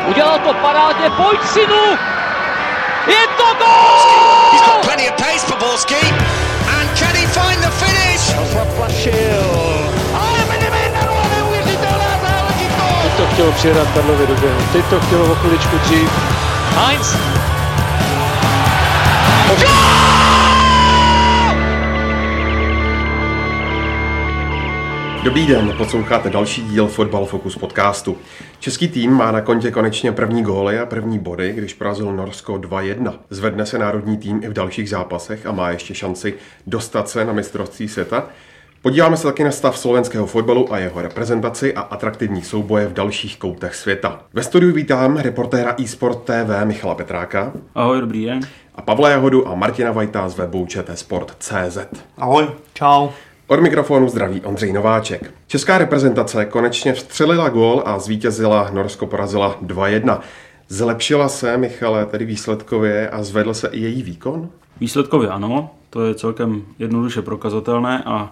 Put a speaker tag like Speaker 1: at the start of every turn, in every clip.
Speaker 1: Udělal to parádně, pojď synu! Je to gól!
Speaker 2: He's got plenty of pace for Borski. And can he find the finish?
Speaker 1: Zaplašil. Ale Medvedev, neuvěřitelná záležitost!
Speaker 3: Teď to chtělo přijedat Karlovi do běhu, teď to chtělo o chviličku dřív.
Speaker 1: Heinz!
Speaker 4: Dobrý den, posloucháte další díl Fotbal Focus podcastu. Český tým má na kontě konečně první góly a první body, když porazil Norsko 2-1. Zvedne se národní tým i v dalších zápasech a má ještě šanci dostat se na mistrovství světa. Podíváme se taky na stav slovenského fotbalu a jeho reprezentaci a atraktivní souboje v dalších koutech světa. Ve studiu vítám reportéra eSport TV Michala Petráka.
Speaker 5: Ahoj, dobrý den.
Speaker 4: A Pavla Jahodu a Martina Vajta z webu čtsport.cz.
Speaker 5: Ahoj. Čau.
Speaker 4: Od mikrofonu zdraví Ondřej Nováček. Česká reprezentace konečně vstřelila gól a zvítězila, Norsko porazila 2-1. Zlepšila se, Michale, tedy výsledkově a zvedl se i její výkon?
Speaker 5: Výsledkově ano, to je celkem jednoduše prokazatelné a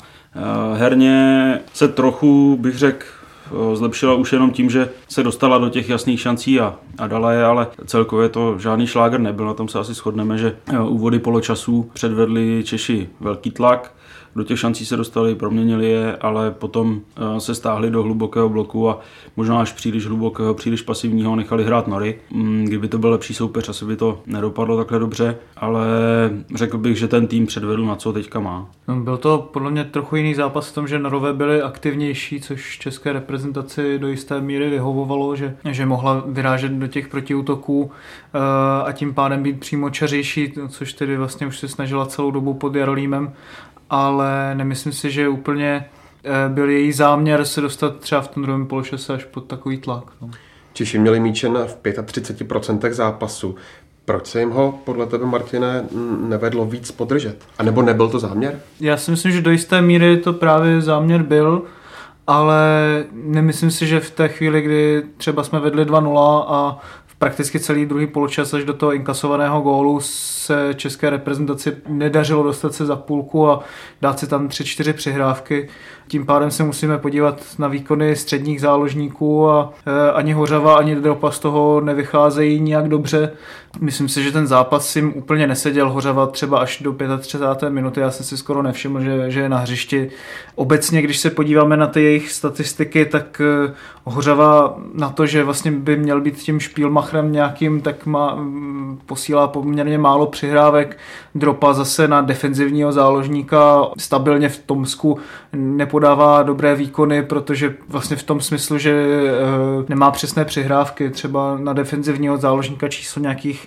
Speaker 5: herně se trochu, bych řekl, zlepšila už jenom tím, že se dostala do těch jasných šancí a dala je, ale celkově to žádný šláger nebyl, na tom se asi shodneme, že úvody poločasů předvedli Češi velký tlak. Do těch šancí se dostali, proměnili je, ale potom se stáhli do hlubokého bloku a možná až příliš hlubokého, příliš pasivního nechali hrát Nory. Kdyby to byl lepší soupeř, asi by to nedopadlo takhle dobře, ale řekl bych, že ten tým předvedl, na co teďka má.
Speaker 6: Byl to podle mě trochu jiný zápas v tom, že Norové byli aktivnější, což české reprezentaci do jisté míry vyhovovalo, že mohla vyrážet do těch protiútoků a tím pádem být přímočařejší, což tedy vlastně už se snažila celou dobu pod Jarolímem. Ale nemyslím si, že úplně byl její záměr se dostat třeba v tom druhém poločase až pod takový tlak. No.
Speaker 4: Češi měli míče v 35% zápasu. Proč se jim ho, podle tebe, Martine, nevedlo víc podržet? A nebo nebyl to záměr?
Speaker 6: Já si myslím, že do jisté míry to právě záměr byl, ale nemyslím si, že v té chvíli, kdy třeba jsme vedli 2-0 a prakticky celý druhý poločas až do toho inkasovaného gólu se české reprezentaci nedařilo dostat se za půlku a dát si tam 3-4 přihrávky. Tím pádem se musíme podívat na výkony středních záložníků a ani Hořava, ani Dropa z toho nevycházejí nijak dobře. Myslím si, že ten zápas jim úplně neseděl. Hořava třeba až do 35. minuty, já jsem si skoro nevšiml, že je na hřišti. Obecně, když se podíváme na ty jejich statistiky, tak Hořava na to, že vlastně by měl být tím špílmachrem nějakým, tak posílá poměrně málo přihrávek. Dropa zase na defenzivního záložníka stabilně v Tomsku nepodává dobré výkony, protože vlastně v tom smyslu, že nemá přesné přihrávky. Třeba na defenzivního záložníka číslo nějakých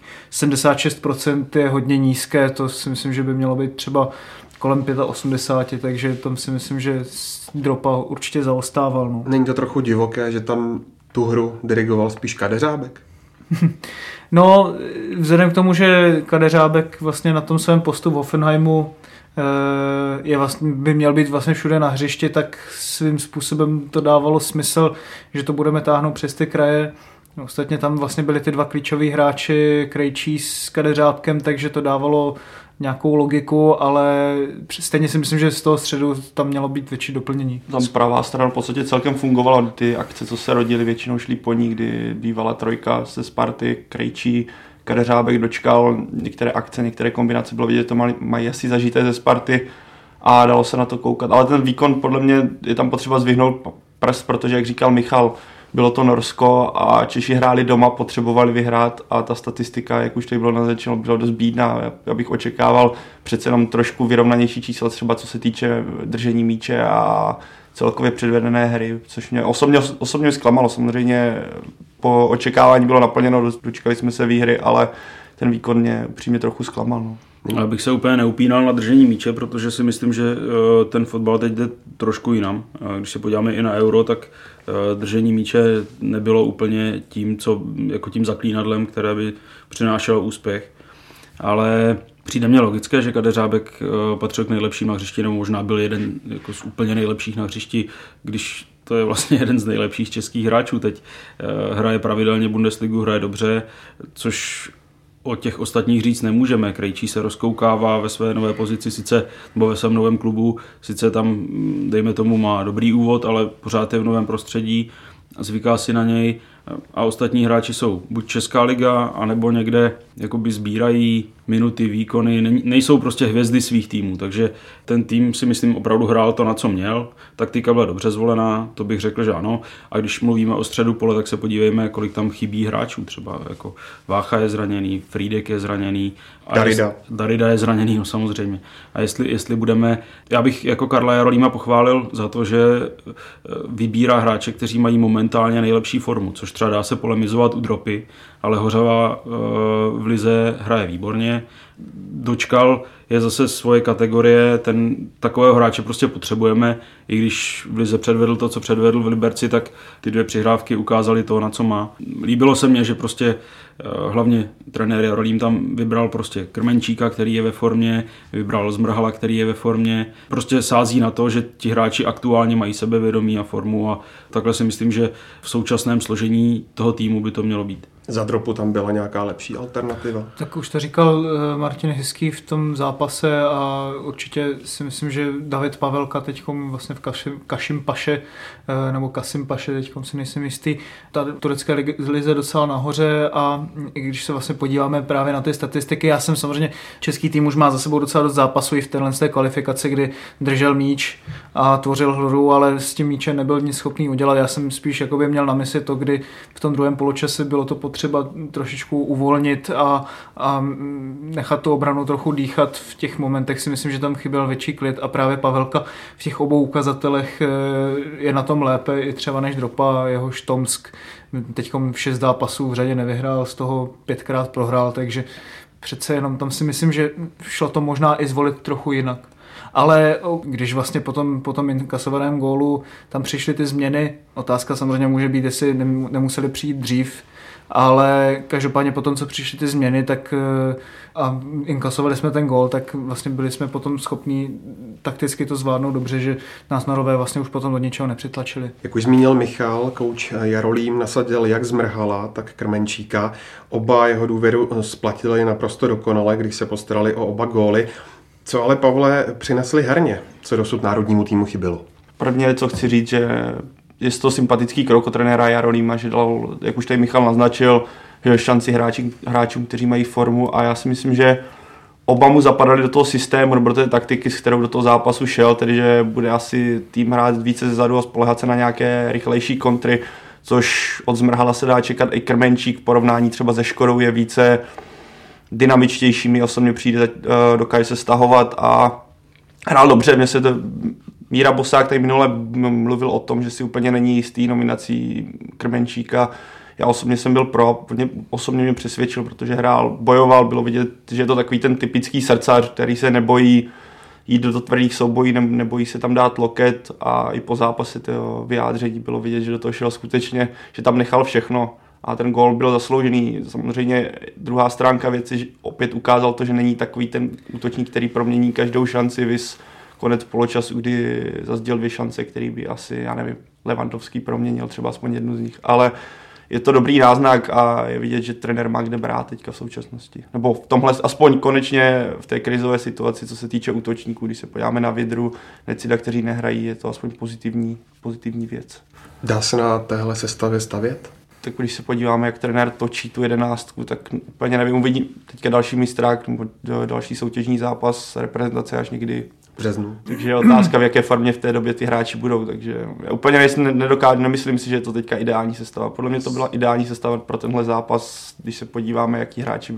Speaker 6: 76% je hodně nízké, to si myslím, že by mělo být třeba kolem 85, takže tam si myslím, že Dropa určitě zaostával. No.
Speaker 4: Není to trochu divoké, že tam tu hru dirigoval spíš Kadeřábek?
Speaker 6: No, vzhledem k tomu, že Kadeřábek vlastně na tom svém postu v Hoffenheimu by měl být vlastně všude na hřišti, tak svým způsobem to dávalo smysl, že to budeme táhnout přes ty kraje. Ostatně tam vlastně byli ty dva klíčoví hráči, Krejčí s Kadeřábkem, takže to dávalo nějakou logiku, ale stejně si myslím, že z toho středu tam mělo být větší doplnění.
Speaker 7: Tam pravá strana v podstatě celkem fungovala, ty akce, co se rodily, většinou šly po ní, kdy bývala trojka ze Sparty, Krejčí, Kadeřábek dočkal, některé akce, některé kombinace, bylo vidět, to mají asi zažité ze Sparty a dalo se na to koukat. Ale ten výkon, podle mě, je tam potřeba zdvihnout prst, protože, jak říkal Michal, bylo to Norsko a Češi hráli doma, potřebovali vyhrát a ta statistika, jak už tady bylo naznačeno, byla dost bídná. Já bych očekával přece jenom trošku vyrovnanější čísla, třeba co se týče držení míče a celkově předvedené hry, což mě osobně zklamalo. Samozřejmě po očekávání bylo naplněno, dočkali jsme se výhry, ale ten výkon mě upřímně trochu zklamal. No.
Speaker 5: Já bych se úplně neupínal na držení míče, protože si myslím, že ten fotbal teď jde trošku jinam. Když se podíváme i na Euro, tak držení míče nebylo úplně tím zaklínadlem, které by přinášelo úspěch. Ale přijde mně logické, že Kadeřábek patřil k nejlepším na hřišti, nebo možná byl jeden jako z úplně nejlepších na hřišti, když to je vlastně jeden z nejlepších českých hráčů. Teď hraje pravidelně Bundesligu, hraje dobře, což o těch ostatních říct nemůžeme. Krejčí se rozkoukává ve své nové pozici, nebo ve svém novém klubu, sice tam, dejme tomu, má dobrý úvod, ale pořád je v novém prostředí, zvyká si na něj a ostatní hráči jsou buď Česká liga, anebo někde jakoby sbírají minuty, výkony, nejsou prostě hvězdy svých týmů, takže ten tým si myslím opravdu hrál to, na co měl. Taktika byla dobře zvolená, to bych řekl, že ano. A když mluvíme o středu pole, tak se podívejme, kolik tam chybí hráčů. Třeba jako Vácha je zraněný, Frýdek je zraněný, Darida je zraněný, no samozřejmě. A jestli budeme, já bych jako Karla Jarolíma pochválil za to, že vybírá hráče, kteří mají momentálně nejlepší formu, což třeba dá se polemizovat u Dropy, ale Hořava v lize hraje výborně. Dočkal je zase svoje kategorie, takového hráče prostě potřebujeme, i když v lize předvedl to, co předvedl v Liberci, tak ty 2 přihrávky ukázaly to, na co má. Líbilo se mně, že prostě hlavně trenér Jarolím tam vybral prostě Krmenčíka, který je ve formě, vybral Zmrhala, který je ve formě. Prostě sází na to, že ti hráči aktuálně mají sebevědomí a formu a takhle si myslím, že v současném složení toho týmu by to mělo být.
Speaker 4: Za Dropu tam byla nějaká lepší alternativa?
Speaker 6: Tak už to říkal Martin Hyský v tom zápase a určitě si myslím, že David Pavelka teďkom vlastně v Kasim Paše, teďkom si nejsem jistý, ta turecké lize docela nahoře a i když se vlastně podíváme právě na ty statistiky, já jsem samozřejmě, český tým už má za sebou docela dost zápasů i v téhle kvalifikaci, kdy držel míč a tvořil hru, ale s tím míčem nebyl nic schopný udělat. Já jsem spíš jakoby měl na mysli to, kdy v tom druhém poločase bylo to potřeba trošičku uvolnit a nechat tu obranu trochu dýchat. V těch momentech si myslím, že tam chyběl větší klid a právě Pavelka v těch obou ukazatelech je na tom lépe i třeba než Dropa, jehož Tomsk teďkom 6 zápasů v řadě nevyhrál, z toho 5krát prohrál, takže přece jenom tam si myslím, že šlo to možná i zvolit trochu jinak. Ale když vlastně po tom inkasovaném gólu tam přišly ty změny, otázka samozřejmě může být, jestli nemuseli přijít dřív, ale každopádně potom, co přišly ty změny, tak a inkasovali jsme ten gól, tak vlastně byli jsme potom schopni takticky to zvládnout dobře, že nás Norové vlastně už potom do ničeho nepřitlačili.
Speaker 4: Jak už zmínil Michal, kouč Jarolím nasadil jak Zmrhala, tak Krmenčíka. Oba jeho důvěru splatili naprosto dokonale, když se postarali o oba góly. Co ale, Pavle, přinesli herně? Co dosud národnímu týmu chybělo?
Speaker 7: Prvně, co chci říct, že je to sympatický krok od trenéra Jarolíma, že dal, jak už tady Michal naznačil, že šanci hráčům, kteří mají formu a já si myslím, že oba mu zapadali do toho systému, nebo do té taktiky, s kterou do toho zápasu šel, tedy že bude asi tým hrát více zezadu a spoléhat se na nějaké rychlejší kontry, což od Zmrhala se dá čekat. I Krmenčík v porovnání třeba se Škodou je více dynamičtější, mi osobně přijde, dokáže se stahovat a hrál dobře. Mně se to Míra Bosák tady minule mluvil o tom, že si úplně není jistý nominací Krmenčíka. Já osobně jsem byl pro, osobně mě přesvědčil, protože hrál, bojoval, bylo vidět, že je to takový ten typický srdcař, který se nebojí jít do tvrdých soubojí, nebojí se tam dát loket a i po zápase toho vyjádření bylo vidět, že do toho šel skutečně, že tam nechal všechno a ten gól byl zasloužený. Samozřejmě druhá stránka věci opět ukázal to, že není takový ten útočník, který promění každou šanci, vys konec poločasu, kdy zazděl 2 šance, který by asi, já nevím, Levandovský proměnil třeba aspoň jednu z nich, ale je to dobrý náznak a je vidět, že trenér má kde brát teďka v současnosti. Nebo v tomhle, aspoň konečně v té krizové situaci, co se týče útočníků, když se podíváme na Vydru, Necida, kteří nehrají, je to aspoň pozitivní věc.
Speaker 4: Dá se na téhle sestavě stavět?
Speaker 7: Tak když se podíváme, jak trenér točí tu 11, tak úplně nevím, uvidím teďka další mistrák nebo další soutěžní zápas reprezentace až někdy
Speaker 4: v březnu.
Speaker 7: Takže je otázka, v jaké formě v té době ty hráči budou, takže já úplně nemyslím si, že je to teďka ideální sestava. Podle mě to byla ideální sestava pro tenhle zápas, když se podíváme, jací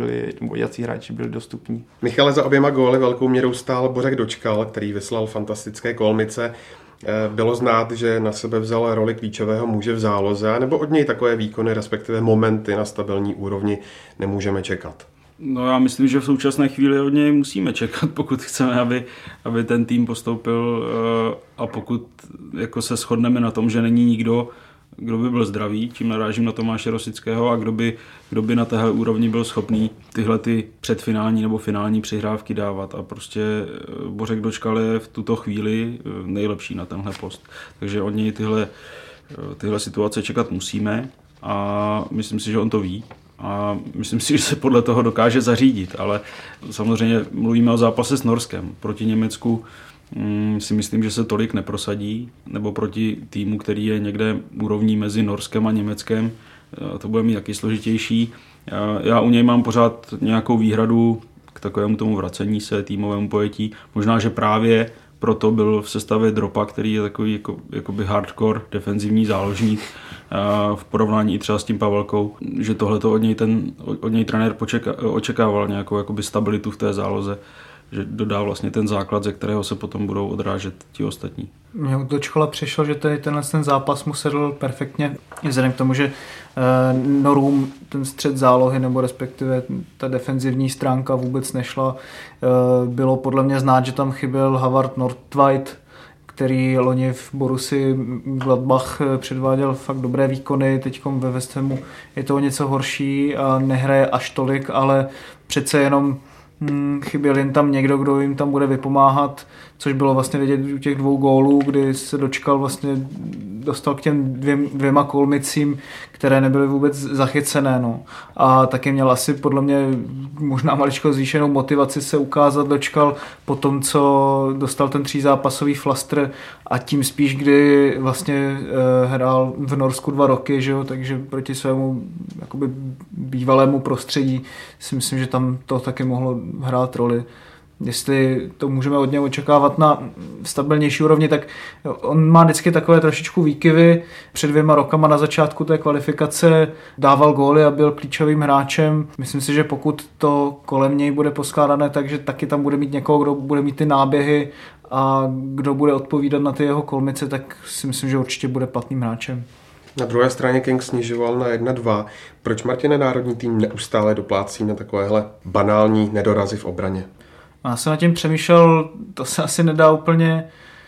Speaker 7: hráči byli dostupní.
Speaker 4: Michale, za oběma góly velkou měrou stál Bořek Dočkal, který vyslal fantastické kolmice. Bylo znát, že na sebe vzal roli klíčového muže v záloze, nebo od něj takové výkony, respektive momenty na stabilní úrovni nemůžeme čekat?
Speaker 5: No já myslím, že v současné chvíli od něj musíme čekat, pokud chceme, aby ten tým postoupil a pokud jako se shodneme na tom, že není nikdo, kdo by byl zdravý, čím narážím na Tomáše Rosického a kdo by na téhle úrovni byl schopný tyhle ty předfinální nebo finální přihrávky dávat a prostě Bořek Dočkal je v tuto chvíli nejlepší na tenhle post. Takže od něj tyhle situace čekat musíme a myslím si, že on to ví. A myslím si, že se podle toho dokáže zařídit, ale samozřejmě mluvíme o zápase s Norskem. Proti Německu si myslím, že se tolik neprosadí, nebo proti týmu, který je někde úrovní mezi Norskem a Německem, to bude mít taky složitější. Já u něj mám pořád nějakou výhradu k takovému tomu vracení se, týmovému pojetí. Možná, že právě proto byl v sestavě Dropa, který je takový jakoby hardcore defenzivní záložník v porovnání i třeba s tím Pavelkou, že tohleto od něj trenér očekával nějakou jakoby stabilitu v té záloze, že dodá vlastně ten základ, ze kterého se potom budou odrážet ti ostatní.
Speaker 6: Mně do škola přišlo, že ten zápas mu sedl perfektně, vzhledem k tomu, že Norům ten střed zálohy nebo respektive ta defenzivní stránka vůbec nešla. Bylo podle mě znát, že tam chyběl Havard Nordtveit, který loni v Borussii Gladbach předváděl fakt dobré výkony, teďkom ve West Hamu je to něco horší a nehraje až tolik, ale přece jenom chyběl jen tam někdo, kdo jim tam bude vypomáhat, což bylo vlastně vidět u těch 2 gólů, kdy se dostal k těm dvěma kolmicím, které nebyly vůbec zachycené. No. A taky měl asi podle mě možná maličko zvýšenou motivaci se ukázat, dočkal po tom, co dostal ten 3zápasový flastr a tím spíš, kdy vlastně hrál v Norsku 2 roky, že jo? Takže proti svému jakoby bývalému prostředí si myslím, že tam to taky mohlo hrát roli. Jestli to můžeme od něj očekávat na stabilnější úrovni, tak on má vždycky takové trošičku výkyvy. Před 2 rokama na začátku té kvalifikace dával góly a byl klíčovým hráčem. Myslím si, že pokud to kolem něj bude poskládané, takže taky tam bude mít někoho, kdo bude mít ty náběhy a kdo bude odpovídat na ty jeho kolmice, tak si myslím, že určitě bude platným hráčem.
Speaker 4: Na druhé straně King snižoval na 1-2. Proč, Martine, národní tým neustále doplácí na takovéhle banální nedorazy v obraně?
Speaker 6: Já jsem nad tím přemýšlel, to se asi nedá úplně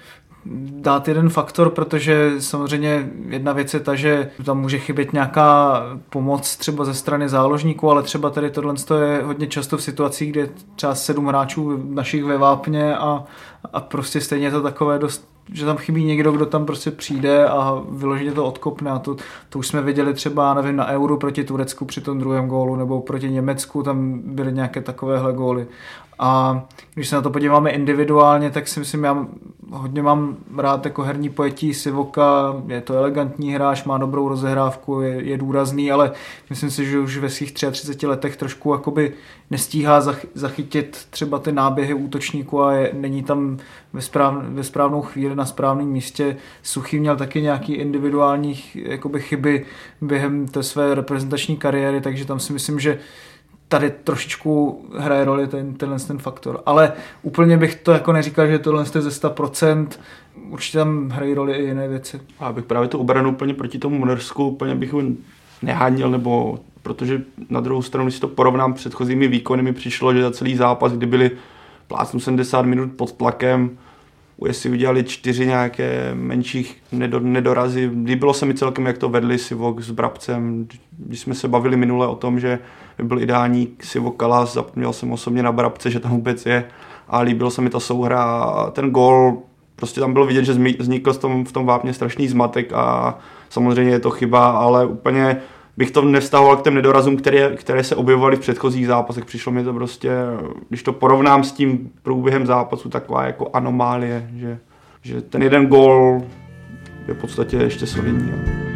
Speaker 6: dát jeden faktor, protože samozřejmě jedna věc je ta, že tam může chybět nějaká pomoc třeba ze strany záložníků, ale třeba tady tohle je hodně často v situacích, kde třeba 7 hráčů našich ve vápně a prostě stejně je to takové dost, že tam chybí někdo, kdo tam prostě přijde a vyloženě to odkopne a to už jsme viděli třeba, nevím, na Euru proti Turecku při tom 2. gólu nebo proti Německu, tam byly nějaké takovéhle góly. A když se na to podíváme individuálně, tak si myslím, já hodně mám rád jako herní pojetí Sivoka, je to elegantní hráč, má dobrou rozehrávku, je důrazný, ale myslím si, že už ve svých 33 letech trošku jakoby nestíhá zachytit třeba ty náběhy útočníků a není tam ve správnou chvíli na správném místě. Suchý měl taky nějaký individuální jakoby chyby během té své reprezentační kariéry, takže tam si myslím, že tady trošičku hraje roli ten faktor. Ale úplně bych to jako neříkal, že tohle je ze 100%. Určitě tam hrají roli i jiné věci.
Speaker 7: A bych právě tu obranu úplně proti tomu Norsku úplně bych ho nehánil, nebo protože na druhou stranu, když si to porovnám s předchozími výkony, mi přišlo, že za celý zápas, kdy byli plácnu 70 minut pod tlakem, si udělali 4 nějaké menších nedorazy. Líbilo se mi celkem, jak to vedli Sivok s Brabcem. Když jsme se bavili minule o tom, že by byl ideální Sivok Kalas, zapomněl jsem osobně na Brabce, že tam vůbec je. A líbilo se mi ta souhra a ten gól, prostě tam bylo vidět, že vznikl v tom vápně strašný zmatek a samozřejmě je to chyba, ale úplně bych to nevztahoval k těm nedorazům, které se objevovaly v předchozích zápasech. Přišlo mi to prostě, když to porovnám s tím průběhem zápasu, taková jako anomálie, že ten jeden gól je v podstatě ještě solidní.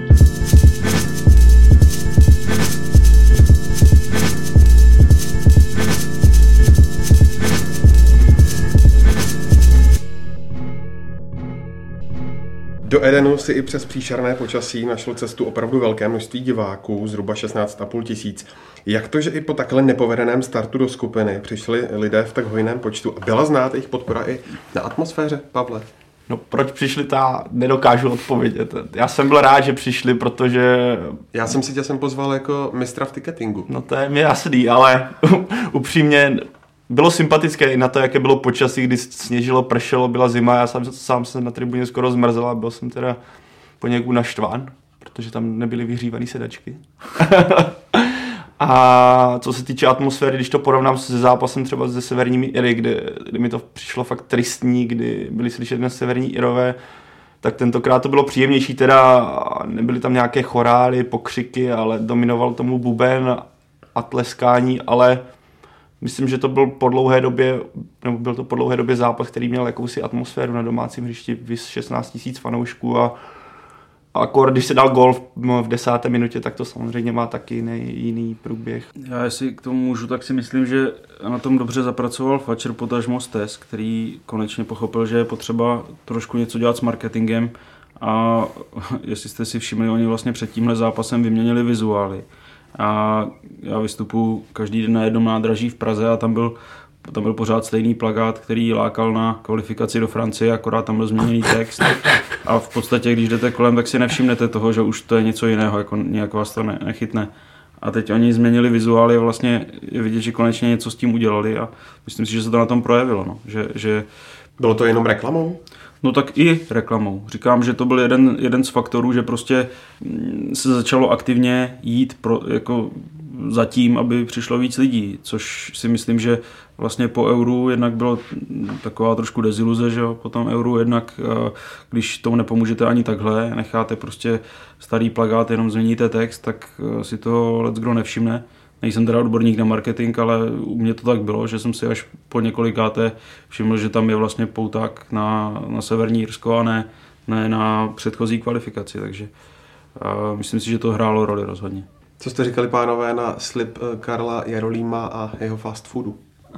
Speaker 4: Do Edenu si i přes příšerné počasí našlo cestu opravdu velké množství diváků, zhruba 16,5 tisíc. Jak to, že i po takhle nepovedeném startu do skupiny přišli lidé v tak hojném počtu a byla znát jejich podpora i na atmosféře, Pavle?
Speaker 7: No proč přišli, nedokážu odpovědět. Já jsem byl rád, že přišli, protože...
Speaker 4: Já jsem si tě pozval jako mistra v ticketingu.
Speaker 7: No to je mi jasný, ale upřímně... Bylo sympatické i na to, jaké bylo počasí, kdy sněžilo, pršelo, byla zima, já sám se na tribuně skoro zmrzl a byl jsem teda poněkud naštván, protože tam nebyly vyhřívané sedačky. A co se týče atmosféry, když to porovnám se zápasem třeba se severními Iry, kdy mi to přišlo fakt tristní, kdy byli slyšet dnes severní Irové, tak tentokrát to bylo příjemnější, teda nebyly tam nějaké chorály, pokřiky, ale dominoval tomu buben a tleskání, ale myslím, že to byl po dlouhé době zápas, který měl jakousi atmosféru na domácím hřišti, vys 16 000 fanoušků a Akor, když se dal gól v 10. minutě, tak to samozřejmě má taky jiný průběh.
Speaker 5: Já jestli k tomu můžu, tak si myslím, že na tom dobře zapracoval Fatcher, potažmo Stes, který konečně pochopil, že je potřeba trošku něco dělat s marketingem a jestli jste si všimli, oni vlastně před tímhle zápasem vyměnili vizuály. A já vystupuji každý den na jednom nádraží v Praze a tam byl pořád stejný plakát, který lákal na kvalifikaci do Francie, akorát tam byl změněný text. A v podstatě, když jdete kolem, tak si nevšimnete toho, že už to je něco jiného, jako nějak vás to nechytne. A teď oni změnili vizuály a vlastně je vidět, že konečně něco s tím udělali a myslím si, že se to na tom projevilo. No. Že...
Speaker 4: Bylo to jenom reklamou?
Speaker 5: No tak i reklamou. Říkám, že to byl jeden z faktorů, že prostě se začalo aktivně jít jako za tím, aby přišlo víc lidí, což si myslím, že vlastně po Euru jednak bylo taková trošku deziluze, že jo, po tom Euru jednak, když tomu nepomůžete ani takhle, necháte prostě starý plakát, jenom změníte text, tak si to leckdo nevšimne. Nejsem teda odborník na marketing, ale u mě to tak bylo, že jsem si až po několikáté všiml, že tam je vlastně pouták na Severní Irsko a ne na předchozí kvalifikaci, takže myslím si, že to hrálo roli rozhodně.
Speaker 4: Co jste říkali, pánové, na slib Karla Jarolíma a jeho fast foodu?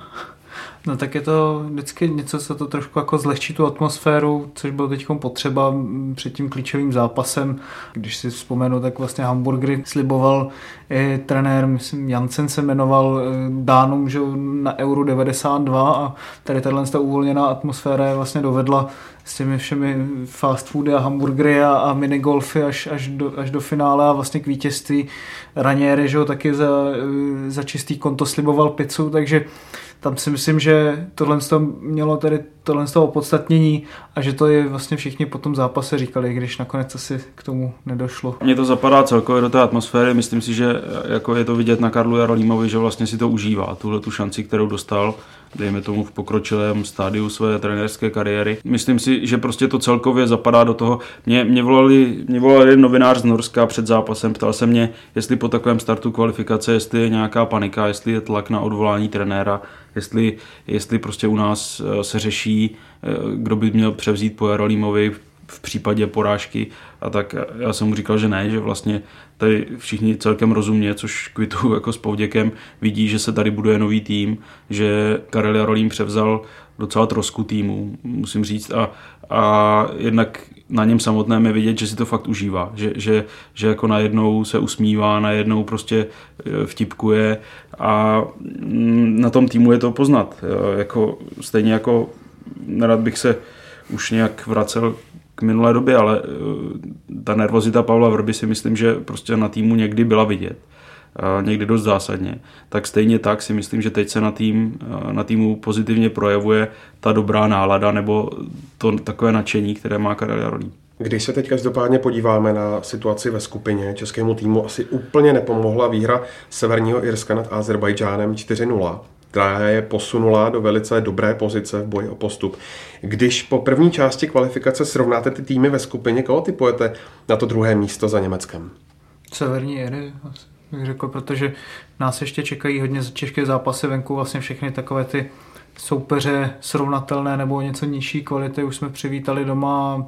Speaker 6: No tak je to vždycky něco, co to trošku jako zlehčí tu atmosféru, což bylo teď potřeba před tím klíčovým zápasem. Když si vzpomenu, tak vlastně hamburgery sliboval i trenér, myslím Jansen se jmenoval, Dánům, že na Euro 92 a tady tato uvolněná atmosféra vlastně dovedla s těmi všemi fast foody a hamburgery a minigolfy až do finále a vlastně k vítězství. Ranieri, že ho taky za čistý konto sliboval pizzu, takže tam si myslím, že tohle mělo tady tohle opodstatnění a že to je vlastně všichni po tom zápase říkali, když nakonec asi k tomu nedošlo.
Speaker 5: Mně to zapadá celkově do té atmosféry, myslím si, že jako je to vidět na Karlu Jarolímovi, že vlastně si to užívá, tu šanci, kterou dostal, dejme tomu v pokročilém stádiu své trenérské kariéry. Myslím si, že prostě to celkově zapadá do toho. Mě volal jeden novinář z Norska před zápasem, ptal se mě, jestli po takovém startu kvalifikace, jestli je nějaká panika, jestli je tlak na odvolání trenéra, jestli prostě u nás se řeší, kdo by měl převzít po Jarolímovi v případě porážky a tak já jsem mu říkal, že ne, že vlastně tady všichni celkem rozumně, což kvituju jako s povděkem, vidí, že se tady buduje nový tým, že Karel Jarolím převzal docela trosku týmu, musím říct, a jednak na něm samotném je vidět, že si to fakt užívá, že jako najednou se usmívá, najednou prostě vtipkuje a na tom týmu je to poznat. Jako, stejně jako nerad bych se už nějak vracel k minulé době, ale ta nervozita Pavla Vrby si myslím, že prostě na týmu někdy byla vidět. Někdy dost zásadně. Tak stejně tak si myslím, že teď se na týmu pozitivně projevuje ta dobrá nálada nebo to takové nadšení, které má Karel Jarolím.
Speaker 4: Když se teď každopádně podíváme na situaci ve skupině, českému týmu asi úplně nepomohla výhra Severního Irska nad Azerbajdžánem 4-0. která je posunula do velice dobré pozice v boji o postup. Když po první části kvalifikace srovnáte ty týmy ve skupině, koho typujete na to druhé místo za Německem?
Speaker 6: Severní Iry, bych řekl, protože nás ještě čekají hodně těžké zápasy venku, vlastně všechny takové ty soupeře srovnatelné nebo něco nižší kvality už jsme přivítali doma,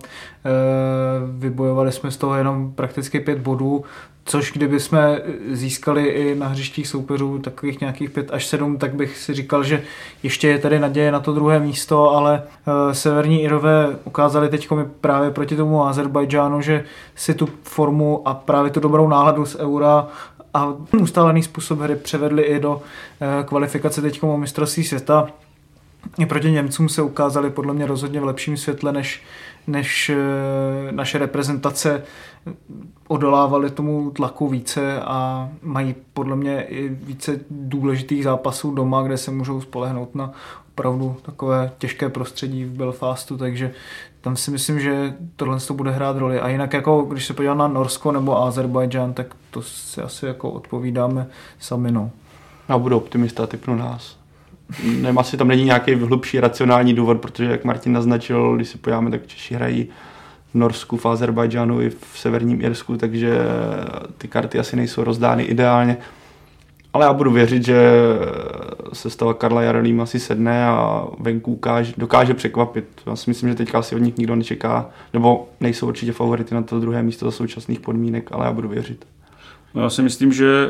Speaker 6: vybojovali jsme z toho jenom prakticky 5 bodů, což kdyby jsme získali i na hřištích soupeřů takových nějakých 5 až 7, tak bych si říkal, že ještě je tady naděje na to druhé místo, ale Severní Irové ukázali teď právě proti tomu Azerbajdžánu, že si tu formu a právě tu dobrou náladu z Eura a ustálený způsob hry převedli i do kvalifikace teď o mistrovství světa. I proti Němcům se ukázali podle mě rozhodně v lepším světle, než naše reprezentace, odolávali tomu tlaku více a mají podle mě i více důležitých zápasů doma, kde se můžou spolehnout na opravdu takové těžké prostředí v Belfastu, takže tam si myslím, že tohle bude hrát roli. A jinak jako, když se podívám na Norsko nebo Azerbajdžán, tak to si asi jako odpovídáme sami. No.
Speaker 7: Já budu optimista, typnu nás. Asi tam není nějaký hlubší racionální důvod, protože jak Martin naznačil, když si podíváme, tak Češi hrají v Norsku, v Azerbajdžánu i v Severním Irsku, takže ty karty asi nejsou rozdány ideálně. Ale já budu věřit, že sestava Karla Jarolíma asi sedne a venku dokáže překvapit. Já si myslím, že teďka asi od nich nikdo nečeká, nebo nejsou určitě favority na to druhé místo za současných podmínek, ale já budu věřit.
Speaker 5: Já si myslím, že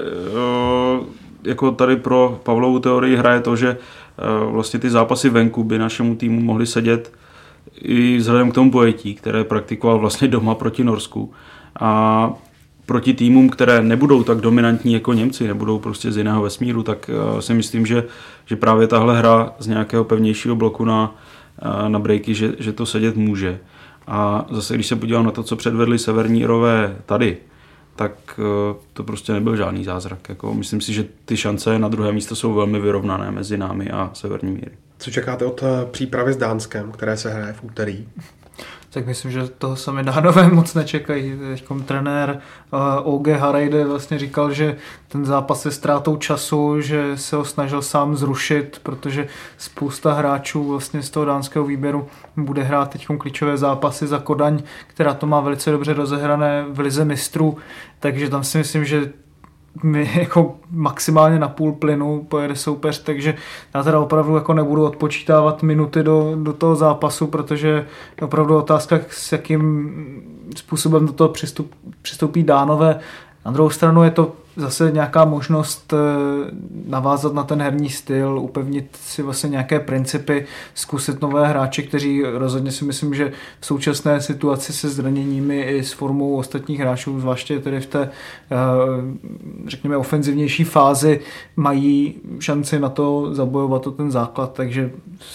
Speaker 5: jako tady pro Pavlovu teorii hraje to, že vlastně ty zápasy venku by našemu týmu mohly sedět i vzhledem k tomu pojetí, které praktikoval vlastně doma proti Norsku. A proti týmům, které nebudou tak dominantní jako Němci, nebudou prostě z jiného vesmíru, tak si myslím, že právě tahle hra z nějakého pevnějšího bloku na breaky, že to sedět může. A zase, když se podívám na to, co předvedli severní Irové tady, tak to prostě nebyl žádný zázrak. Jako, myslím si, že ty šance na druhé místo jsou velmi vyrovnané mezi námi a severními Iry.
Speaker 4: Co čekáte od přípravy s Dánskem, které se hraje v úterý?
Speaker 6: Tak myslím, že toho sami Dánové moc nečekají. Teďkom trenér OG Hareide vlastně říkal, že ten zápas je ztrátou času, že se ho snažil sám zrušit, protože spousta hráčů vlastně z toho dánského výběru bude hrát teďkom klíčové zápasy za Kodaň, která to má velice dobře rozehrané v lize mistrů, takže tam si myslím, že my jako maximálně na půl plynu pojede soupeř, takže já teda opravdu jako nebudu odpočítávat minuty do toho zápasu, protože je opravdu otázka, s jakým způsobem do toho přistoupí Dánové. Na druhou stranu je to zase nějaká možnost navázat na ten herní styl, upevnit si vlastně nějaké principy, zkusit nové hráče, kteří rozhodně si myslím, že v současné situaci se zraněními i s formou ostatních hráčů, zvláště tedy v té, řekněme, ofenzivnější fázi, mají šanci na to zabojovat o ten základ, takže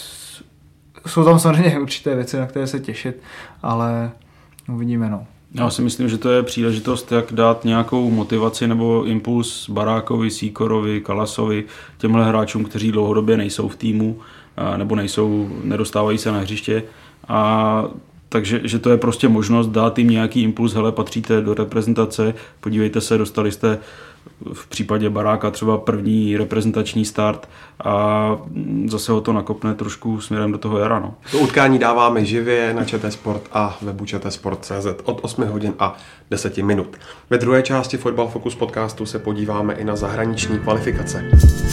Speaker 6: jsou tam samozřejmě určité věci, na které se těšit, ale uvidíme, no.
Speaker 5: Já si myslím, že to je příležitost, jak dát nějakou motivaci nebo impuls Barákovi, Sýkorovi, Kalasovi, těmhle hráčům, kteří dlouhodobě nejsou v týmu nebo nedostávají se na hřiště. A takže že to je prostě možnost dát jim nějaký impuls, hele, patříte do reprezentace, podívejte se, dostali jste v případě Baráka třeba první reprezentační start a zase ho to nakopne trošku směrem do toho jara. No.
Speaker 4: To utkání dáváme živě na ČT Sport a webu čtsport.cz od 8 hodin a 10 minut. Ve druhé části Fotbal Focus podcastu se podíváme i na zahraniční kvalifikace.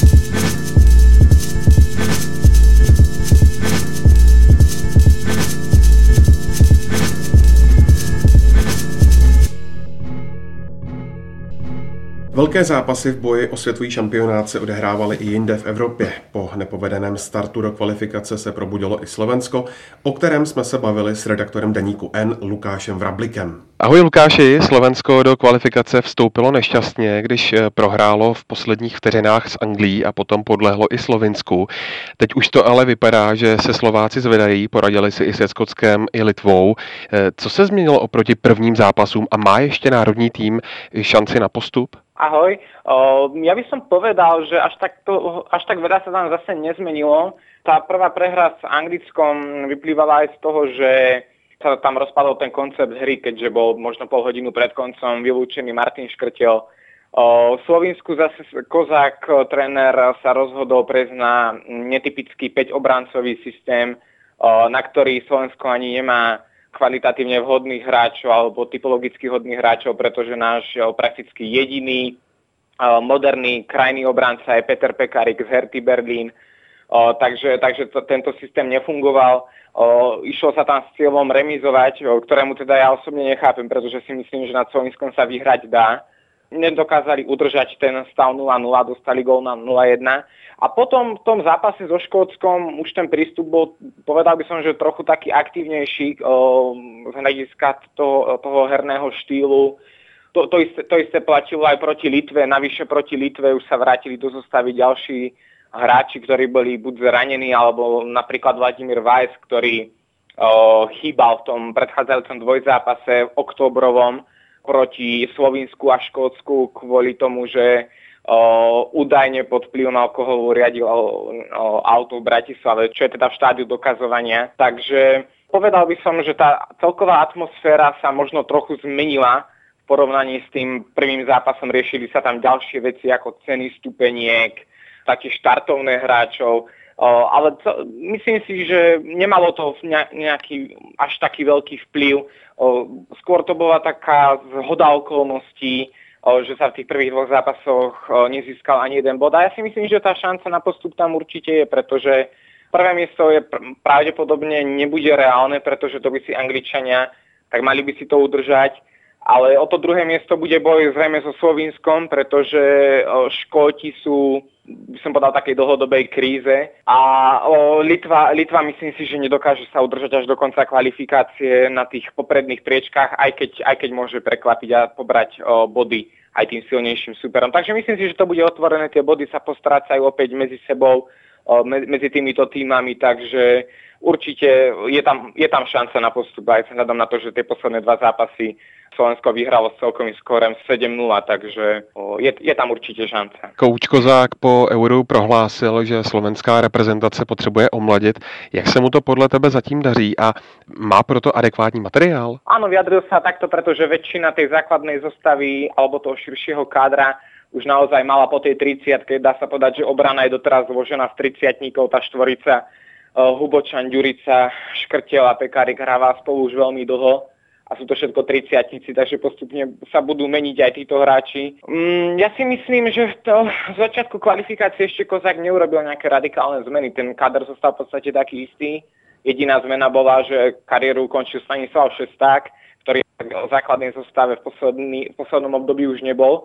Speaker 4: Velké zápasy v boji o světový šampionát se odehrávaly i jinde v Evropě. Po nepovedeném startu do kvalifikace se probudilo i Slovensko, o kterém jsme se bavili s redaktorem deníku N Lukášem Vrablikem. Ahoj Lukáši, Slovensko do kvalifikace vstoupilo nešťastně, když prohrálo v posledních vteřinách s Anglií a potom podlehlo i Slovinsku. Teď už to ale vypadá, že se Slováci zvedají, poradili si i se Skotskem, i Litvou. Co se změnilo oproti prvním zápasům a má ještě národní tým šanci na postup?
Speaker 8: Ahoj, ja by som povedal, že až tak veľa sa tam zase nezmenilo. Tá prvá prehra s Anglickom vyplývala aj z toho, že sa tam rozpadol ten koncept hry, keďže bol možno pol hodinu pred koncom vylúčený Martin Škrtel. V Slovinsku zase Kozák, tréner, sa rozhodol prejsť na netypický 5-obrancový systém, na ktorý Slovensko ani nemá kvalitatívne vhodných hráčov alebo typologicky hodných hráčov, pretože náš prakticky jediný moderný krajný obranca je Peter Pekarik z Herty Berlín. Takže tento systém nefungoval. Išlo sa tam s cieľom remizovať, ktorému teda ja osobne nechápem, pretože si myslím, že nad Slovenskom sa vyhrať dá. Nedokázali udržať ten stav 0-0, dostali gól na 0-1. A potom v tom zápase so Škótskom už ten prístup bol, povedal by som, že trochu taký aktívnejší z hľadiska toho herného štýlu. To isté platilo aj proti Litve. Navyše proti Litve už sa vrátili do zostavy ďalší hráči, ktorí boli buď zranení, alebo napríklad Vladimír Weiss, ktorý chýbal v tom predchádzajúcom dvojzápase októbrovom proti Slovinsku a Škótsku kvôli tomu, že údajne pod vplyvom alkoholu riadil auto v Bratislave, čo je teda v štádiu dokazovania. Takže povedal by som, že tá celková atmosféra sa možno trochu zmenila v porovnaní s tým prvým zápasom. Riešili sa tam ďalšie veci ako ceny stupeniek, také štartovné hráčov, ale myslím si, že nemalo to nejaký až taký veľký vplyv. Skôr to bola taká zhoda okolností, že sa v tých prvých 2 zápasoch nezískal ani jeden bod. A ja si myslím, že tá šanca na postup tam určite je, pretože prvé miesto je pravdepodobne nebude reálne, pretože to by si Angličania, tak mali by si to udržať. Ale o to druhé miesto bude boj zrejme so Slovinskom, pretože Škóti sú, by som povedal, takej dlhodobej kríze. A Litva myslím si, že nedokáže sa udržať až do konca kvalifikácie na tých popredných priečkách, aj keď môže prekvapiť a pobrať body aj tým silnejším superom. Takže myslím si, že to bude otvorené, tie body sa postrácajú opäť medzi sebou, medzi týmito týmami, takže určite je tam šanca na postup aj vzhľadom na to, že tie posledné 2 zápasy Slovensko vyhralo s celkovým skórem 7-0, takže je tam určitě šance.
Speaker 4: Kouč Kozák po Euru prohlásil, že slovenská reprezentace potřebuje omladit. Jak se mu to podle tebe zatím daří a má proto adekvátní materiál?
Speaker 8: Áno, vyjadril sa takto, pretože väčšina tej základnej zostavy alebo toho širšieho kádra už naozaj mala po tej 30-ke, dá sa povedať, že obrana je doteraz zložená z 30-tníkov, tá štvorica Hubočan, Ďurica, Škrtel a Pekarík hráva spolu už veľmi dlho a sú to všetko 30-tníci, takže postupne sa budú meniť aj títo hráči. Ja si myslím, že v začiatku kvalifikácie ešte Kozák neurobil nejaké radikálne zmeny. Ten káder zostal v podstate taký istý. Jediná zmena bola, že kariéru ukončil Stanislav Šesták, ktorý v základnej zostave v poslednom období už nebol.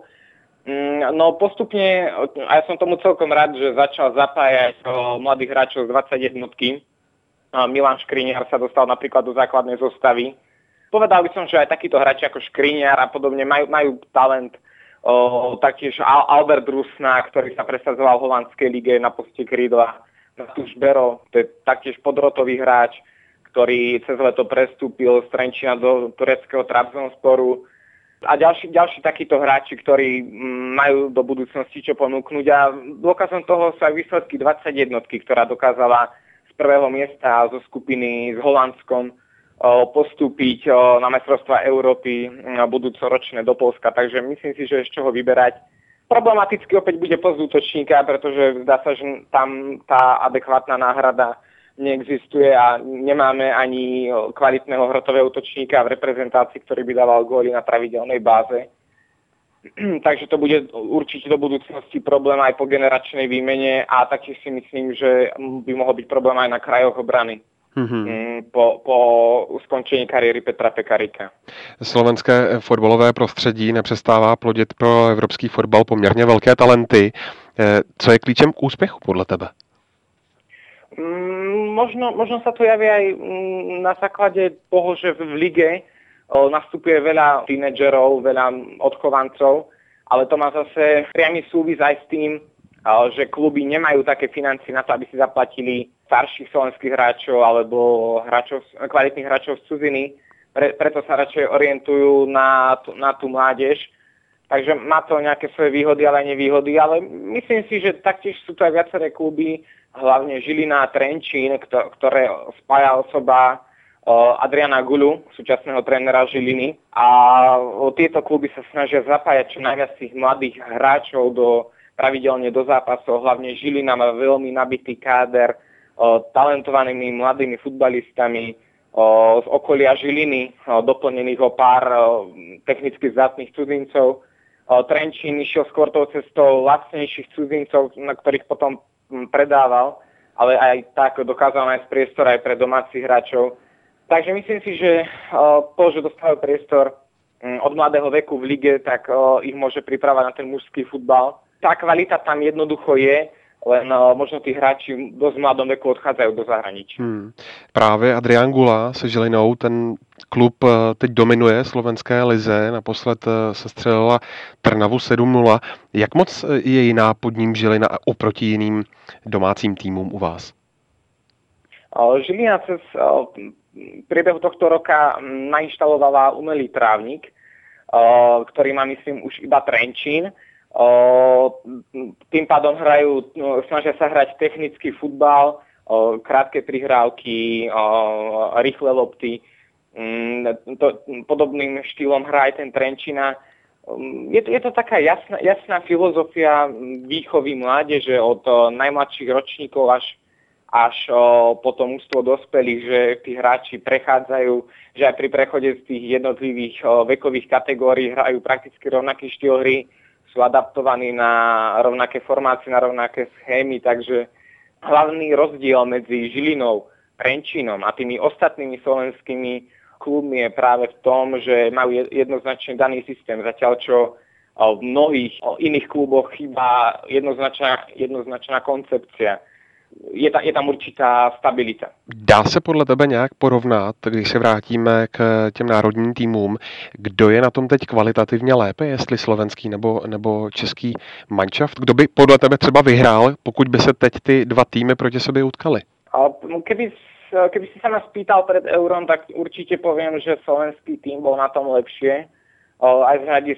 Speaker 8: No postupne, a ja som tomu celkom rád, že začal zapájať mladých hráčov z 21-ky. Milan Škriňar sa dostal napríklad do základnej zostavy. Povedal by som, že aj takíto hráči ako Škriňar a podobne majú talent. Taktiež Albert Rusna, ktorý sa presadzoval v holandskej lige na poste krídla. Matúš Bero, to je taktiež podrotový hráč, ktorý cez leto prestúpil z Trenčína do tureckého Trabzonsporu. A ďalší takíto hráči, ktorí majú do budúcnosti čo ponúknuť. A dôkazom toho sú aj výsledky 21-ky, ktorá dokázala z prvého miesta zo skupiny s Holandskom postúpiť na majstrovstvá Európy budúcoročné do Poľska. Takže myslím si, že je z čoho vyberať. Problematicky opäť bude post útočníka, pretože zdá sa, že tam tá adekvátna náhrada neexistuje a nemáme ani kvalitného hrotového útočníka v reprezentácii, ktorý by dával góly na pravidelnej báze. Takže to bude určite do budúcnosti problém aj po generačnej výmene a taktiež si myslím, že by mohol byť problém aj na krajoch obrany. Po skončení kariéry Petra Pekaríka.
Speaker 4: Slovenské fotbalové prostředí nepřestává plodit pro evropský fotbal poměrně velké talenty. Co je klíčem k úspěchu podle tebe?
Speaker 8: Možno sa to javí aj na základe toho, že v lige nastupuje veľa tínedžerov, veľa odchovancov, ale to má zase priamy súvis aj s tým, že kluby nemajú také financie na to, aby si zaplatili starších slovenských hráčov alebo kvalitných hráčov z cudziny. Preto sa radšej orientujú na tú mládež. Takže má to nejaké svoje výhody, ale aj nevýhody. Ale myslím si, že taktiež sú to aj viaceré kluby, hlavne Žilina a Trenčín, ktoré spája osoba Adriana Gulu, súčasného trénera Žiliny. A tieto kluby sa snažia zapájať čo najviac tých mladých hráčov pravidelne do zápasov. Hlavne Žilina má veľmi nabitý káder talentovanými mladými futbalistami z okolia Žiliny, doplnených o pár technicky zdatných cudzincov. Trenčín išiel skôr tou cestou lacnejších cudzincov, na ktorých potom predával, ale aj tak dokázal nájsť priestor aj pre domácich hráčov. Takže myslím si, že to, že dostávajú priestor od mladého veku v lige, tak ich môže pripravať na ten mužský futbal. Tá kvalita tam jednoducho je, len možno tí hráči v dosť mladom veku odchádzajú do zahraničí.
Speaker 4: Právě Adrián Gula se Žilinou, ten klub teď dominuje slovenské lize, naposled se střelila Trnavu 7-0. Jak moc je jiná pod ním Žilina oproti jiným domácím týmům u vás?
Speaker 8: Žilina cez priebehu tohto roka nainštalovala umelý trávnik, ktorý má, myslím, už iba Trenčín. Tým pádom snažia sa hrať technický futbal, krátke prihrávky, rýchle lopty. Podobným štýlom hrá aj ten Trenčína. Je to taká jasná filozofia výchovy mládeže od najmladších ročníkov až po to mužstvo dospelých, že tí hráči prechádzajú, že aj pri prechode z tých jednotlivých vekových kategórií hrajú prakticky rovnaký štýl hry, sú adaptovaní na rovnaké formácie, na rovnaké schémy, takže hlavný rozdiel medzi Žilinou, Trenčínom a tými ostatnými slovenskými klubmi je práve v tom, že majú jednoznačne daný systém, zatiaľ čo v mnohých iných kluboch chýba jednoznačná koncepcia. Je tam určitá stabilita.
Speaker 4: Dá se podle tebe nějak porovnat, když se vrátíme k těm národním týmům, kdo je na tom teď kvalitativně lépe, jestli slovenský nebo český manšaft? Kdo by podle tebe třeba vyhrál, pokud by se teď ty dva týmy proti sobě utkali?
Speaker 8: Keby si sa nás pýtal pred Eurom, tak určite poviem, že slovenský tým bol na tom lepšie. Aj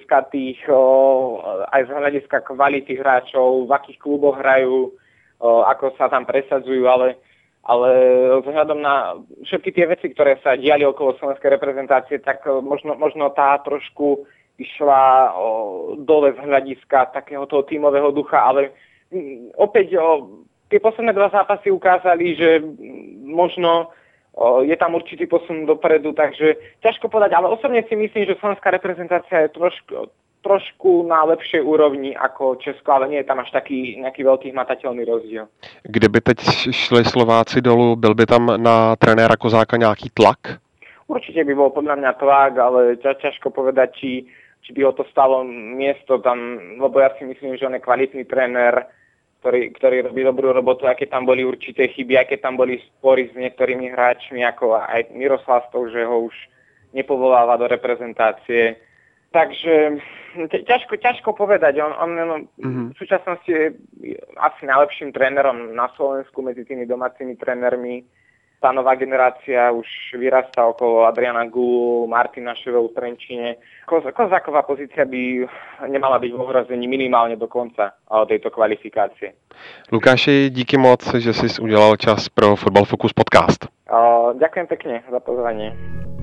Speaker 8: z hľadiska kvality hráčov, v akých kluboch hrajú, ako sa tam presadzujú, ale vzhľadom na všetky tie veci, ktoré sa diali okolo slovenskej reprezentácie, tak možno tá trošku išla dole z hľadiska takého toho tímového ducha, ale opäť tie posledné dva zápasy ukázali, že možno je tam určitý posun dopredu, takže ťažko povedať, ale osobne si myslím, že slovenská reprezentácia je trošku na lepšej úrovni ako Česko, ale nie je tam až taký nejaký veľký hmatateľný rozdiel.
Speaker 4: Kdyby teď šli Slováci dolů, byl by tam na trenéra Kozáka nějaký tlak?
Speaker 8: Určite by bol podľa mňa tlak, ale ťažko povedať, či by ho to stalo miesto tam, lebo ja si myslím, že on je kvalitný tréner, ktorý robí dobrú robotu, aké tam boli určité chyby, aké tam boli spory s niektorými hráčmi, ako aj Miroslav Stov, že ho už nepovoláva do reprezentácie. Takže ťažko povedať. On v súčasnosti je asi najlepším trénerom na Slovensku medzi tými domácimi trénermi. Tá nová generácia už vyrastá okolo Adriana Gulu, Martina Ševeľu v Trenčíne. Kozáková pozícia by nemala byť v ohrození minimálně do konca tejto kvalifikácie.
Speaker 4: Lukáši, díky moc, že jsi udělal čas pro Football Focus podcast.
Speaker 8: Ďakujem pekne za pozvanie.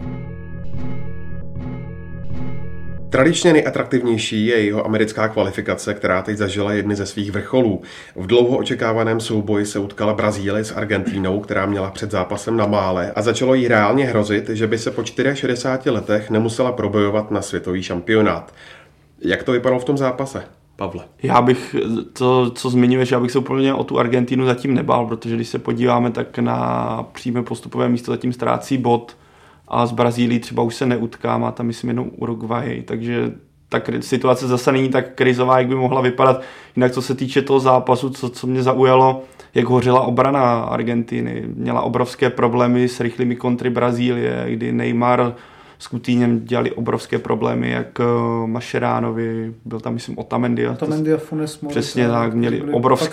Speaker 4: Tradičně nejatraktivnější je jeho americká kvalifikace, která teď zažila jedny ze svých vrcholů. V dlouho očekávaném souboji se utkala Brazílie s Argentínou, která měla před zápasem na mále a začalo jí reálně hrozit, že by se po 64 letech nemusela probojovat na světový šampionát. Jak to vypadalo v tom zápase, Pavle?
Speaker 7: Já bych to, co zmiňuješ, já bych se úplně o tu Argentínu zatím nebál, protože když se podíváme, tak na přímé postupové místo zatím ztrácí bod a z Brazílii třeba už se neutká, má tam myslím jenom Uruguay, takže ta situace zase není tak krizová, jak by mohla vypadat. Jinak co se týče toho zápasu, co mě zaujalo, jak hořela obrana Argentiny. Měla obrovské problémy s rychlými kontry Brazílie, kdy Neymar s Coutinhem dělali obrovské problémy, jak Mascheranovi, byl tam myslím Otamendi a
Speaker 6: Funes Mori.
Speaker 7: Přesně tak, měli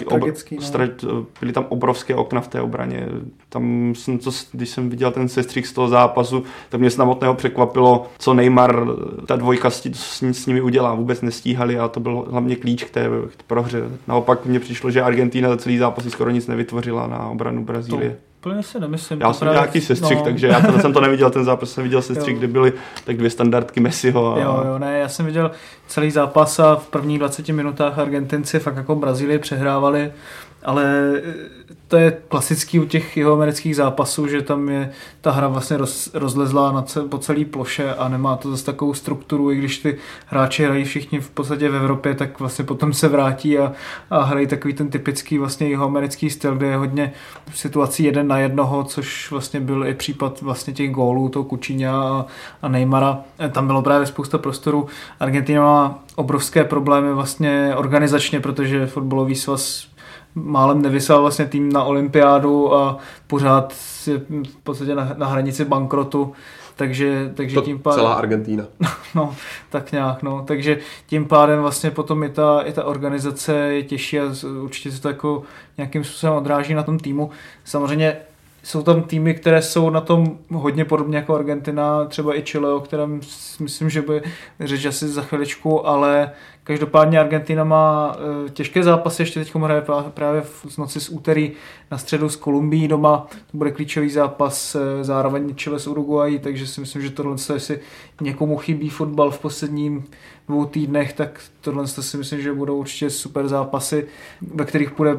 Speaker 7: byly tam obrovské okna v té obraně. Tam když jsem viděl ten sestřih z toho zápasu, tak mě samotného překvapilo, co Neymar, ta dvojka s nimi udělá. Vůbec nestíhali a to byl hlavně klíč k té prohře. Naopak mně přišlo, že Argentina za celý zápas skoro nic nevytvořila na obranu Brazílie.
Speaker 6: Úplně si nemyslím.
Speaker 7: Já jsem měl nějaký sestřih, takže já jsem to neviděl ten zápas, jsem viděl sestřih, kde byly tak 2 standardky Messiho.
Speaker 6: Já jsem viděl celý zápas a v prvních 20 minutách Argentinci fakt jako Brazílii přehrávali, ale to je klasický u těch jihoamerických zápasů, že tam je ta hra vlastně rozlezlá po celé ploše a nemá to zase takovou strukturu, i když ty hráči hrají všichni v podstatě v Evropě, tak vlastně potom se vrátí a hrají takový ten typický vlastně jihoamerický styl, kde je hodně situací 1 na 1, což vlastně byl i případ vlastně těch gólů, toho Coutinha a Neymara. Tam bylo právě spousta prostoru. Argentina má obrovské problémy vlastně organizačně, protože fotbalový svaz málem nevysel vlastně tým na olympiádu a pořád je v podstatě na hranici bankrotu, takže
Speaker 4: to
Speaker 6: tím pádem...
Speaker 4: celá Argentína.
Speaker 6: No, tak nějak, no. Takže tím pádem vlastně potom i ta organizace je těžší a určitě se to jako nějakým způsobem odráží na tom týmu. Samozřejmě jsou tam týmy, které jsou na tom hodně podobně jako Argentina, třeba i Chile, o kterém myslím, že by řeč asi za chviličku, ale každopádně Argentina má těžké zápasy, ještě teď hraje právě v noci z úterý na středu s Kolumbií doma, to bude klíčový zápas, zároveň Chile s Uruguay, takže si myslím, že tohle, jestli někomu chybí fotbal v posledním 2 týdnech, tak tohle si myslím, že budou určitě super zápasy, ve kterých bude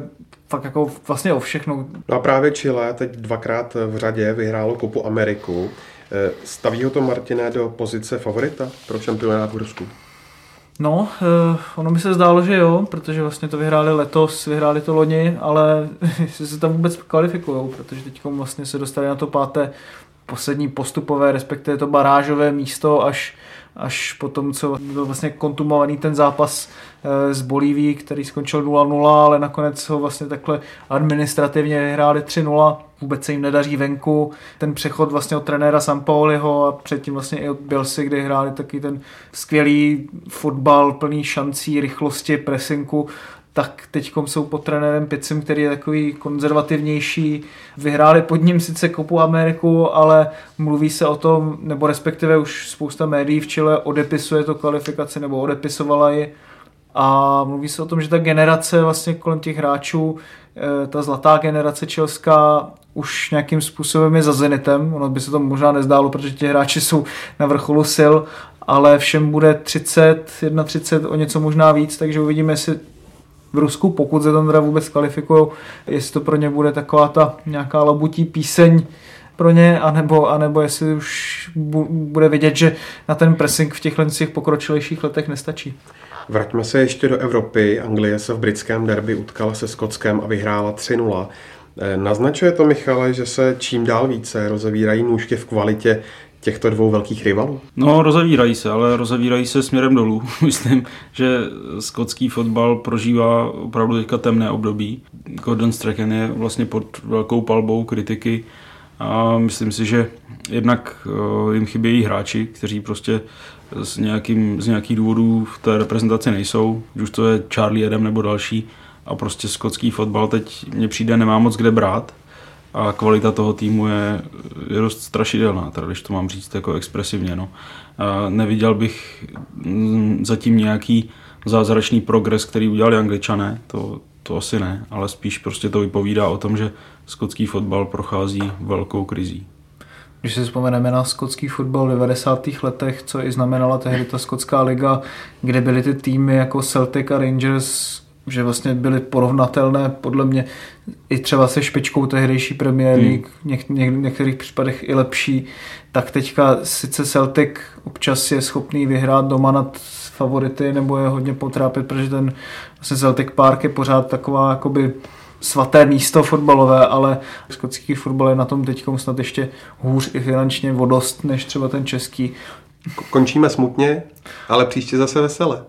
Speaker 6: fakt jako vlastně o všechno.
Speaker 4: No a právě Chile teď 2krát v řadě vyhrálo Copu Ameriku. Staví ho to, Martine, do pozice favorita pro šampionát v Rusku?
Speaker 6: No, ono by se zdálo, že jo, protože vlastně to vyhráli letos, vyhráli to loni, ale jestli se tam vůbec kvalifikujou, protože teď vlastně se dostali na to 5. poslední postupové, respektive to barážové místo, až po tom, co byl vlastně kontumovaný ten zápas z Bolívií, který skončil 0-0, ale nakonec ho vlastně takhle administrativně vyhráli 3-0. Vůbec se jim nedaří venku. Ten přechod vlastně od trenéra Sampaoliho a předtím vlastně i od Bielsy, kde hráli taky ten skvělý fotbal plný šancí, rychlosti, presinku, tak teďkom jsou pod trenérem Picem, který je takový konzervativnější. Vyhráli pod ním sice Copu Ameriku, ale mluví se o tom, nebo respektive už spousta médií v Chile odepisuje to kvalifikaci, nebo odepisovala ji. A mluví se o tom, že ta generace vlastně kolem těch hráčů, ta zlatá generace chilská, už nějakým způsobem je za Zenitem. Ono by se to možná nezdálo, protože ti hráči jsou na vrcholu sil, ale všem bude 30, 31, o něco možná víc, takže uvidíme, jestli v Rusku, pokud se tam teda vůbec kvalifikujou, jestli to pro ně bude taková ta nějaká labutí píseň pro ně, anebo jestli už bude vidět, že na ten pressing v těch pokročilejších letech nestačí.
Speaker 4: Vraťme se ještě do Evropy. Anglie se v britském derby utkala se Skotskem a vyhrála 3-0. Naznačuje to, Michale, že se čím dál více rozevírají nůžky v kvalitě těchto dvou velkých rivalů?
Speaker 5: No, rozevírají se, ale rozevírají se směrem dolů. Myslím, že skotský fotbal prožívá opravdu teďka temné období. Gordon Strachan je vlastně pod velkou palbou kritiky a myslím si, že jednak jim chybějí hráči, kteří prostě z nějakých důvodů v té reprezentaci nejsou, už to je Charlie Adam nebo další, a prostě skotský fotbal teď mně přijde, nemá moc kde brát a kvalita toho týmu je dost strašidelná, teda když to mám říct jako expresivně. No. Neviděl bych zatím nějaký zázračný progres, který udělali Angličané, to asi ne, ale spíš prostě to vypovídá o tom, že skotský fotbal prochází velkou krizí.
Speaker 6: Když si vzpomeneme na skotský fotbal v 90. letech, co i znamenala tehdy ta skotská liga, kde byly ty týmy jako Celtic a Rangers, že vlastně byly porovnatelné podle mě i třeba se špičkou tehdejší Premier League, v některých případech i lepší, tak teďka sice Celtic občas je schopný vyhrát doma nad favority nebo je hodně potrápit, protože ten vlastně Celtic Park je pořád taková jakoby svaté místo fotbalové, ale skotský fotbal je na tom teďkom snad ještě hůř i finančně vodost než třeba ten český.
Speaker 4: Končíme smutně, ale příště zase vesele.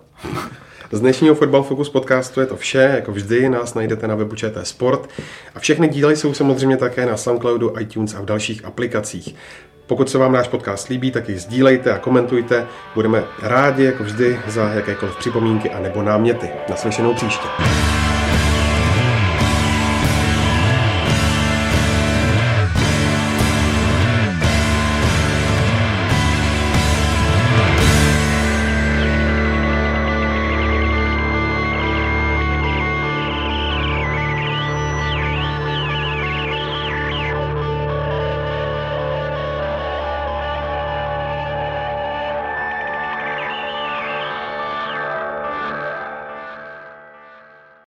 Speaker 4: Z dnešního Fotbal Focus podcastu je to vše, jako vždy nás najdete na webu ČT Sport a všechny díly jsou samozřejmě také na Soundcloudu, iTunes a v dalších aplikacích. Pokud se vám náš podcast líbí, tak ji sdílejte a komentujte. Budeme rádi, jako vždy, za jakékoliv připomínky a nebo náměty. Naslyšenou příště.